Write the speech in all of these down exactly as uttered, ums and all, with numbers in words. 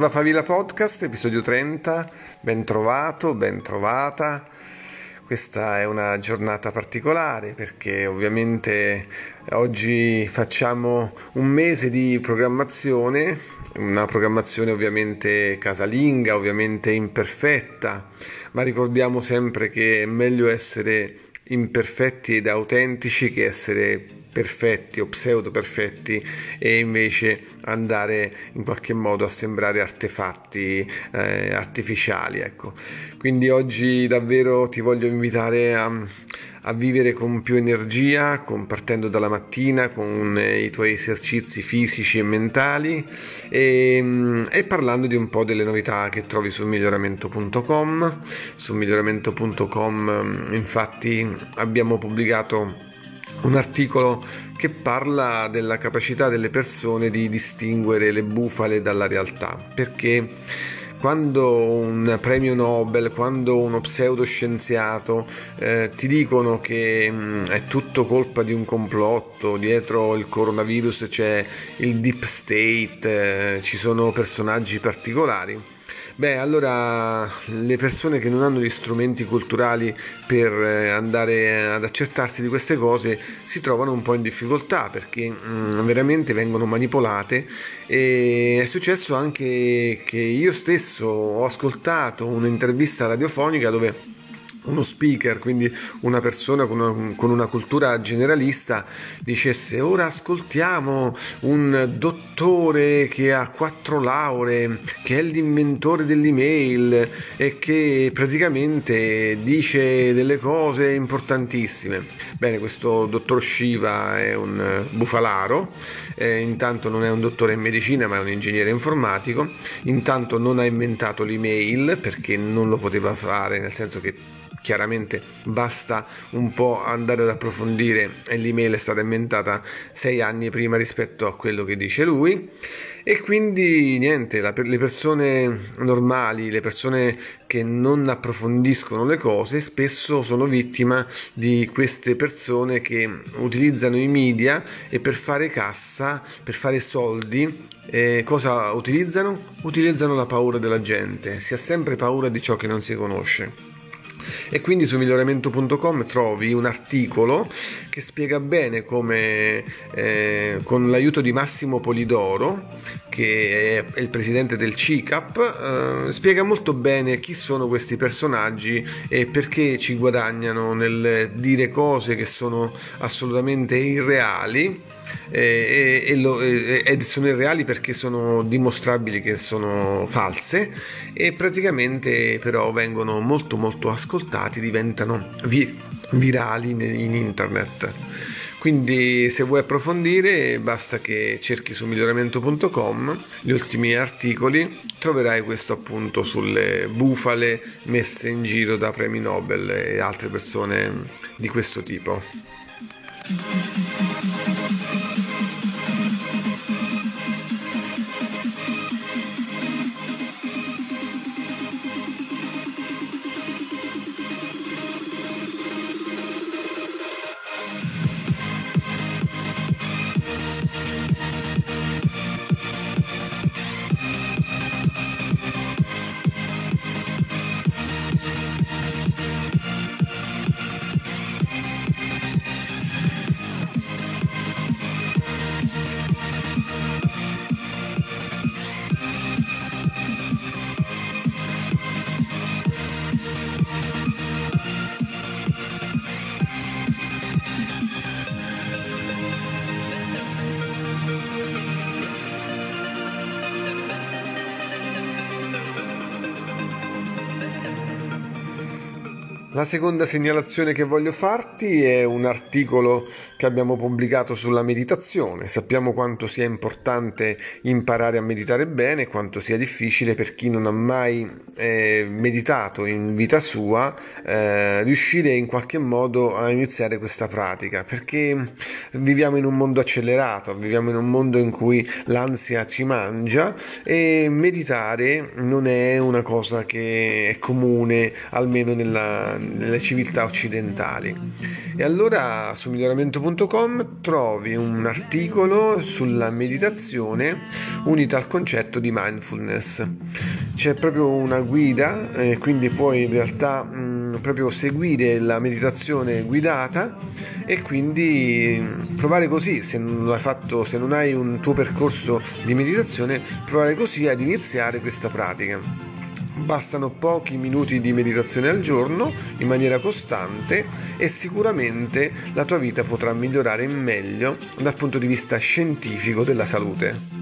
Salva Favila Podcast, episodio trenta, ben trovato, ben trovata. Questa è una giornata particolare perché ovviamente oggi facciamo un mese di programmazione, una programmazione ovviamente casalinga, ovviamente imperfetta, ma ricordiamo sempre che è meglio essere imperfetti ed autentici che essere perfetti o pseudo perfetti e invece andare in qualche modo a sembrare artefatti eh, artificiali, ecco. Quindi oggi davvero ti voglio invitare a, a vivere con più energia, con, partendo dalla mattina con eh, i tuoi esercizi fisici e mentali e, e parlando di un po' delle novità che trovi su miglioramento punto com. Su miglioramento punto com infatti abbiamo pubblicato un articolo che parla della capacità delle persone di distinguere le bufale dalla realtà, perché quando un premio Nobel, quando uno pseudoscienziato eh, ti dicono che mh, è tutto colpa di un complotto, dietro il coronavirus c'è il deep state, eh, ci sono personaggi particolari, beh, allora le persone che non hanno gli strumenti culturali per andare ad accertarsi di queste cose si trovano un po' in difficoltà perché mh, veramente vengono manipolate. E è successo anche che io stesso ho ascoltato un'intervista radiofonica dove uno speaker, quindi una persona con una, con una cultura generalista, dicesse: ora ascoltiamo un dottore che ha quattro lauree, che è l'inventore dell'email e che praticamente dice delle cose importantissime. Bene, questo dottor Shiva è un bufalaro, eh, intanto non è un dottore in medicina ma è un ingegnere informatico, intanto non ha inventato l'email perché non lo poteva fare, nel senso che chiaramente basta un po' andare ad approfondire e l'email è stata inventata sei anni prima rispetto a quello che dice lui. E quindi niente, la, per le persone normali, le persone che non approfondiscono le cose spesso sono vittima di queste persone che utilizzano i media e per fare cassa, per fare soldi, eh, cosa utilizzano? Utilizzano la paura della gente. Si ha sempre paura di ciò che non si conosce. E quindi su miglioramento punto com trovi un articolo che spiega bene come, eh, con l'aiuto di Massimo Polidoro, che è il presidente del C I C A P, eh, spiega molto bene chi sono questi personaggi e perché ci guadagnano nel dire cose che sono assolutamente irreali. E, e, lo, ed sono irreali perché sono dimostrabili che sono false e praticamente però vengono molto molto ascoltati, diventano vi, virali in internet. Quindi se vuoi approfondire basta che cerchi su miglioramento punto com gli ultimi articoli, troverai questo appunto sulle bufale messe in giro da premi Nobel e altre persone di questo tipo. La seconda segnalazione che voglio farti è un articolo che abbiamo pubblicato sulla meditazione. Sappiamo quanto sia importante imparare a meditare bene, quanto sia difficile per chi non ha mai eh, meditato in vita sua eh, riuscire in qualche modo a iniziare questa pratica, perché viviamo in un mondo accelerato, viviamo in un mondo in cui l'ansia ci mangia e meditare non è una cosa che è comune, almeno nella nelle civiltà occidentali. E allora su miglioramento punto com trovi un articolo sulla meditazione unita al concetto di mindfulness. C'è proprio una guida, eh, quindi puoi in realtà mh, proprio seguire la meditazione guidata e quindi mh, provare così, se non hai fatto, se non hai un tuo percorso di meditazione, provare così ad iniziare questa pratica. Bastano pochi minuti di meditazione al giorno in maniera costante e sicuramente la tua vita potrà migliorare in meglio dal punto di vista scientifico della salute.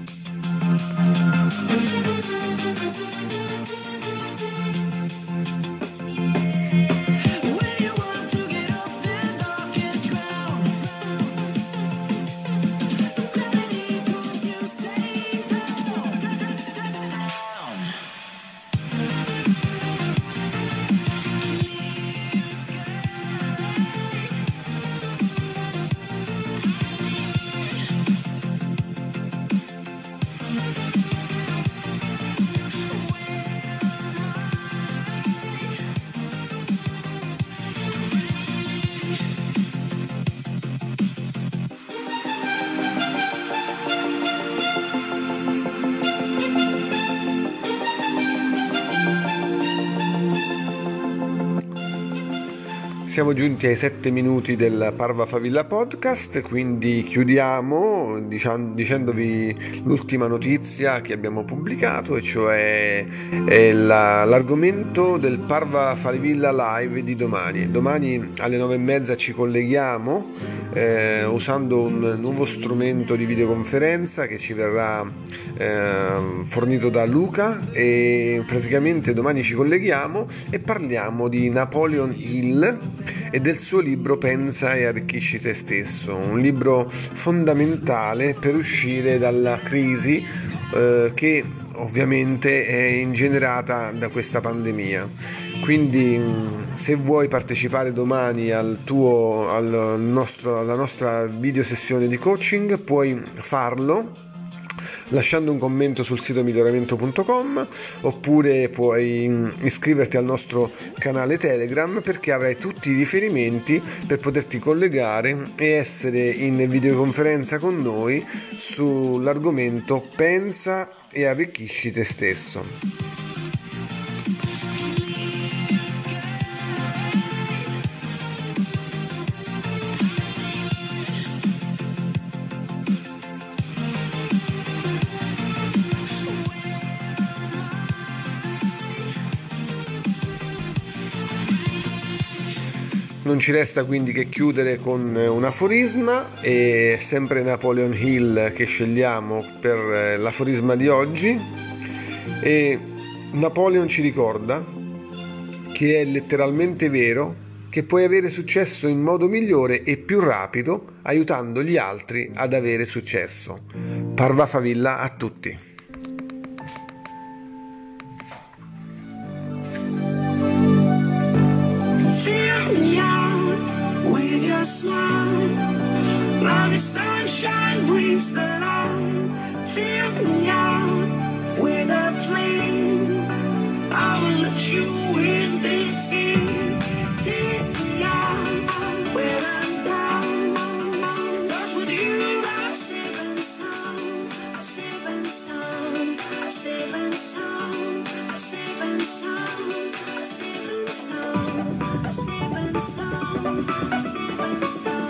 Siamo giunti ai sette minuti del Parva Favilla Podcast, quindi chiudiamo diciamo, dicendovi l'ultima notizia che abbiamo pubblicato, e cioè è la, l'argomento del Parva Favilla Live di domani. Domani alle nove e mezza ci colleghiamo eh, usando un nuovo strumento di videoconferenza che ci verrà eh, fornito da Luca, e praticamente domani ci colleghiamo e parliamo di Napoleon Hill e del suo libro Pensa e arricchisci te stesso, un libro fondamentale per uscire dalla crisi eh, che ovviamente è ingenerata da questa pandemia. Quindi se vuoi partecipare domani al tuo, al nostro, alla nostra video sessione di coaching, puoi farlo lasciando un commento sul sito miglioramento punto com, oppure puoi iscriverti al nostro canale Telegram, perché avrai tutti i riferimenti per poterti collegare e essere in videoconferenza con noi sull'argomento Pensa e arricchisci te stesso. Non ci resta quindi che chiudere con un aforisma, e sempre Napoleon Hill che scegliamo per l'aforisma di oggi. E Napoleon ci ricorda che è letteralmente vero che puoi avere successo in modo migliore e più rapido aiutando gli altri ad avere successo. Parva Favilla a tutti. Now the sunshine brings the light. Fill me out with a flame. I will let you in this game. Take me out when I'm down. 'Cause with you I'm safe and sound. I'm safe and sound. I'm safe and sound. I'm safe and sound. I'm safe and sound. I'm safe and sound. I'm safe and sound.